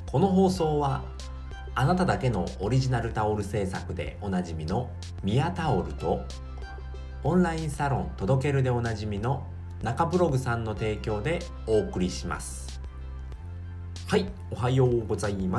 この放送はあなただけのオリジナルタオル制作でおなじみのミヤタオルとオンラインサロン届けるでおなじみの中ブログさんの提供でお送りします。はい、おはようございます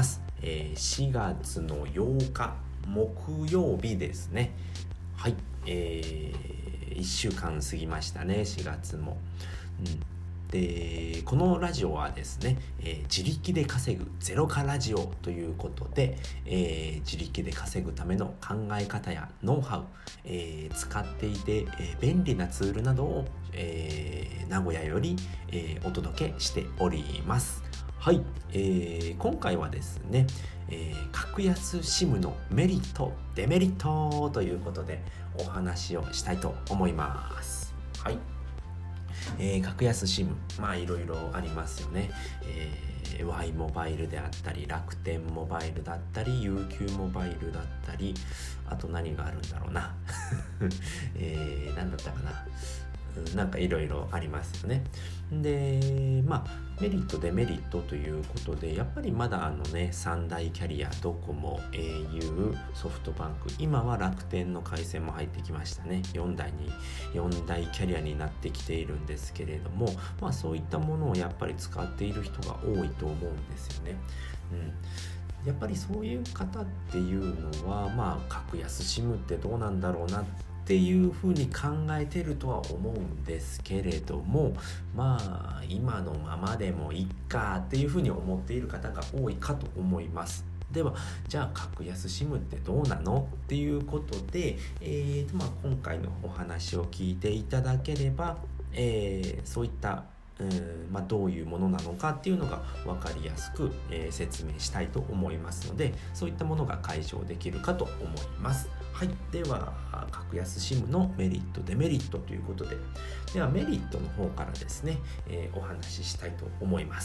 。4月の8日木曜日ですね。はい、1週間過ぎましたね、4月も。でこのラジオはですね、自力で稼ぐゼロ化ラジオということで、自力で稼ぐための考え方やノウハウ、使っていて、便利なツールなどを、名古屋より、お届けしております。はい、今回はですね、格安 SIM のメリットデメリットということでお話をしたいと思います。はい、格安 SIM、 いろいろありますよね。Y モバイルであったり、楽天モバイルだったり、UQ モバイルだったり、あと何があるんだろうな何だったかな、なんかいろいろありますよね。でメリットデメリットということで、やっぱりまだ3大キャリア、ドコモ、au、ソフトバンク、今は楽天の回線も入ってきましたね。4大キャリアになってきているんですけれども、そういったものをやっぱり使っている人が多いと思うんですよね。やっぱりそういう方っていうのは、格安 SIM ってどうなんだろうなっていうふうに考えてるとは思うんですけれども、今のままでもいっかっていうふうに思っている方が多いかと思います。ではじゃあ格安 SIM ってどうなのっていうことで、今回のお話を聞いていただければ、そういったどういうものなのかっていうのが分かりやすく、説明したいと思いますので、そういったものが解消できるかと思います。はい、では格安 SIM のメリットデメリットということで、ではメリットの方からですね、お話ししたいと思います。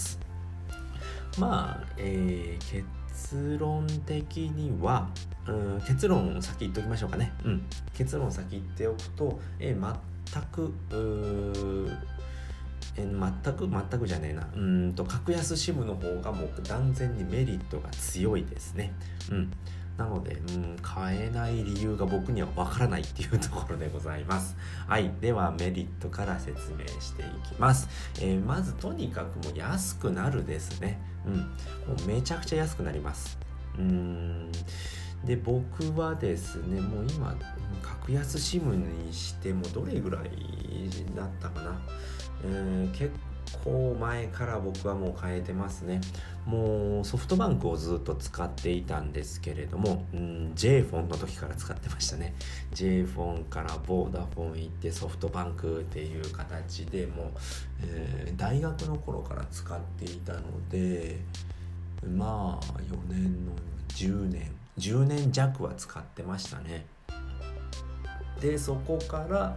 結論的には、結論先言っておきましょうかね。結論先言っておくと、全くじゃねえな。格安 SIM の方がもう断然にメリットが強いですね。なので、買えない理由が僕にはわからないっていうところでございます。はい、ではメリットから説明していきます。まずとにかくもう安くなるですね。もうめちゃくちゃ安くなります。で僕はですね、もう今格安 SIM にしてもどれぐらいだったかな、結構前から僕はもう変えてますね。もうソフトバンクをずっと使っていたんですけれども、J フォンの時から使ってましたね。J フォンからボーダフォン行ってソフトバンクっていう形でもう、大学の頃から使っていたので、4年の10年弱は使ってましたね。でそこから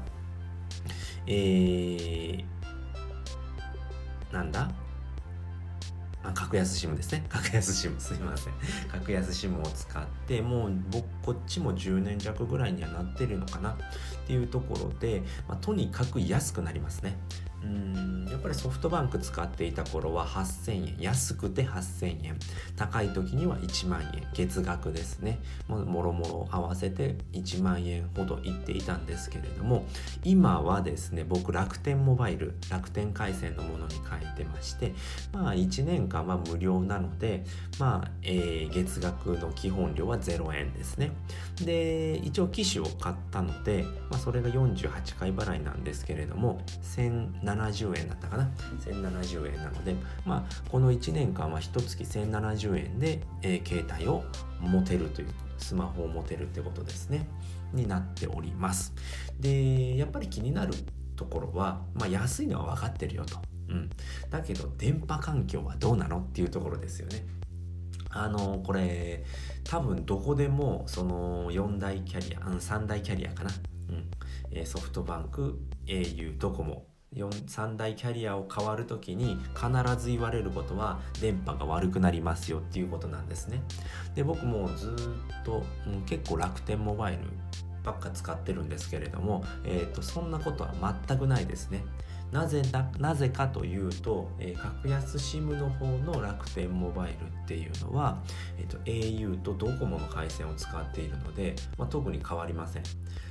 格安 SIM ですね。格安 SIM、すいません。格安 SIM を使って、もう僕こっちも10年弱ぐらいにはなってるのかなっていうところで、とにかく安くなりますね。やっぱりソフトバンク使っていた頃は8000円、安くて8000円、高い時には1万円、月額ですね、もろもろ合わせて1万円ほどいっていたんですけれども、今はですね、僕楽天モバイル、楽天回線のものに変えてまして、1年間は無料なので、月額の基本料は0円ですね。で一応機種を買ったので、それが48回払いなんですけれども、1070円だったかな、1070円なので、この1年間は1月1070円で、携帯を持てるという、スマホを持てるってことですねになっております。でやっぱり気になるところは、安いのは分かってるよと、だけど電波環境はどうなのっていうところですよね。これ多分どこでもその4大キャリア、3大キャリアかな、ソフトバンク、au、ドコモ、3大キャリアを変わるときに必ず言われることは、電波が悪くなりますよっていうことなんですね。で僕もずっと、結構楽天モバイルばっか使ってるんですけれども、そんなことは全くないですね。 なぜかというと、格安 SIM の方の楽天モバイルっていうのは、au とドコモの回線を使っているので、特に変わりません。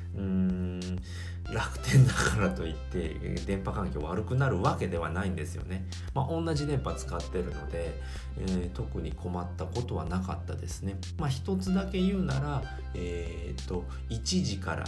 楽天だからといって電波環境悪くなるわけではないんですよね。同じ電波使ってるので、特に困ったことはなかったですね。一つだけ言うなら、1時から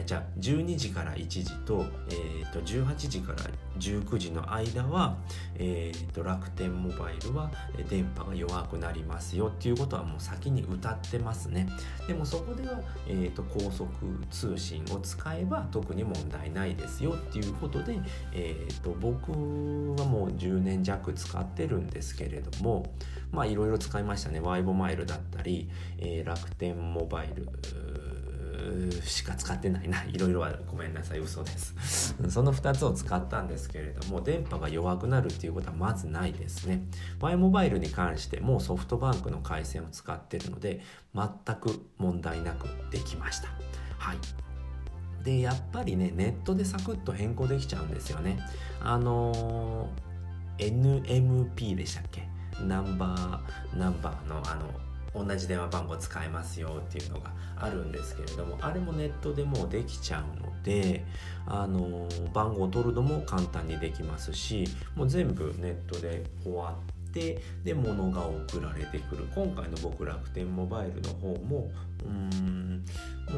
12時から1時と、18時から19時の間は、楽天モバイルは電波が弱くなりますよっていうことはもう先に歌ってますね。でもそこでは、高速通信を使えば特に問題ないですよっていうことで、僕はもう10年弱使ってるんですけれども、いろいろ使いましたね。ワイボマイルだったり、楽天モバイルしか使ってないな、いろいろはごめんなさい、嘘ですその2つを使ったんですけれども、電波が弱くなるっていうことはまずないですね。Yモバイルに関してもソフトバンクの回線を使ってるので全く問題なくできました。はい。でやっぱりね、ネットでサクッと変更できちゃうんですよね。NMP でしたっけ、ナンバーの同じ電話番号使えますよっていうのがあるんですけれども、あれもネットでもうできちゃうので、番号を取るのも簡単にできますし、もう全部ネットで終わってで物が送られてくる。今回の僕楽天モバイルの方ももう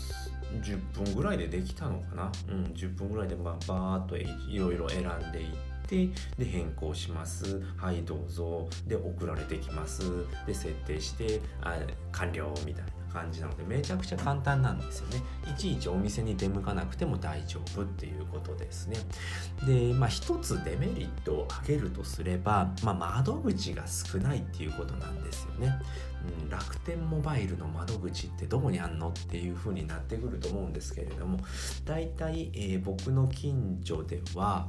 10分ぐらいでできたのかな。10分ぐらいでバーっといろいろ選んでいってで変更します、はいどうぞで送られてきますで設定して完了みたいな感じなので、めちゃくちゃ簡単なんですよね。いちいちお店に出向かなくても大丈夫っていうことですね。で一つデメリットを挙げるとすれば、窓口が少ないっていうことなんですよね。楽天モバイルの窓口ってどこにあんのっていう風になってくると思うんですけれども、だいたい僕の近所では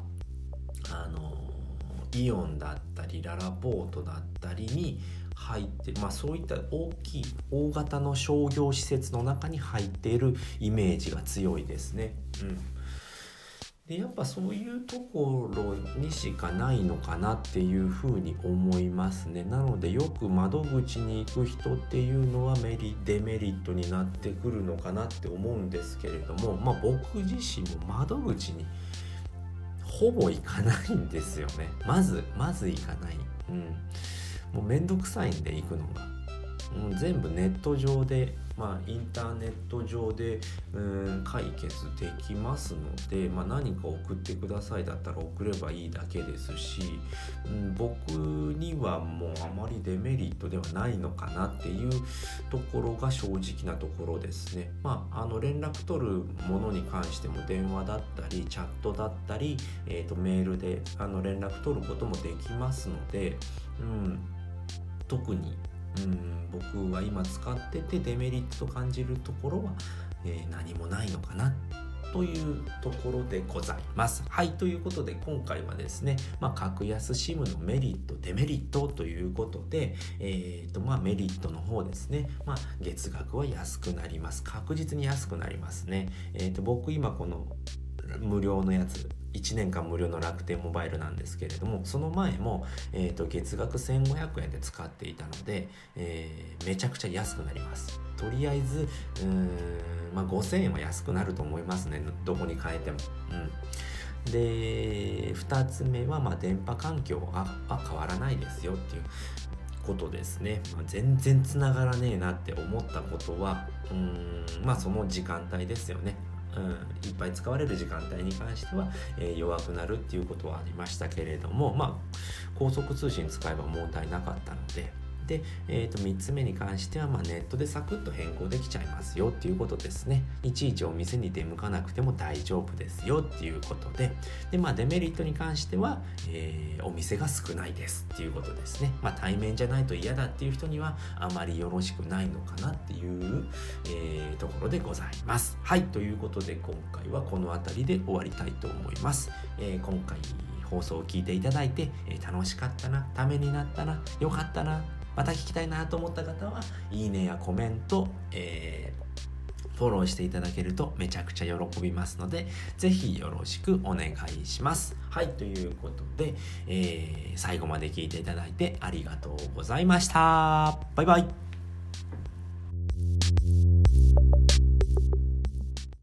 イオンだったりララポートだったりに入って、そういった大型の商業施設の中に入っているイメージが強いですね。でやっぱそういうところにしかないのかなっていうふうに思いますね。なのでよく窓口に行く人っていうのはデメリットになってくるのかなって思うんですけれども、僕自身も窓口にほぼ行かないんですよね。まず行かない。もうめんどくさいんで行くのが。全部ネット上で、インターネット上で解決できますので、何か送ってくださいだったら送ればいいだけですし、僕にはもうあまりデメリットではないのかなっていうところが正直なところですね。連絡取るものに関しても電話だったりチャットだったり、メールで連絡取ることもできますので、特に僕は今使っててデメリットと感じるところは、何もないのかなというところでございます。はい、ということで今回はですね、格安 SIM のメリットデメリットということで、メリットの方ですね、月額は安くなります。確実に安くなりますね。僕今この無料のやつ1年間無料の楽天モバイルなんですけれども、その前も、月額1500円で使っていたので、めちゃくちゃ安くなります。とりあえず5000円は安くなると思いますね、どこに変えても。で2つ目は、電波環境が変わらないですよっていうことですね。全然つながらねえなって思ったことはその時間帯ですよね。いっぱい使われる時間帯に関しては、弱くなるっていうことはありましたけれども、高速通信使えば問題なかったので、3つ目に関しては、ネットでサクッと変更できちゃいますよっていうことですね。いちいちお店に出向かなくても大丈夫ですよっていうことで、デメリットに関しては、お店が少ないですっていうことですね。対面じゃないと嫌だっていう人にはあまりよろしくないのかなっていう、ところでございます。はい、ということで今回はこの辺りで終わりたいと思います。今回放送を聞いていただいて、楽しかったな、ためになったな、よかったな、また聞きたいなと思った方はいいねやコメント、 フォローしていただけるとめちゃくちゃ喜びますので、ぜひよろしくお願いします。はい、ということで、最後まで聞いていただいてありがとうございました。バイバイ。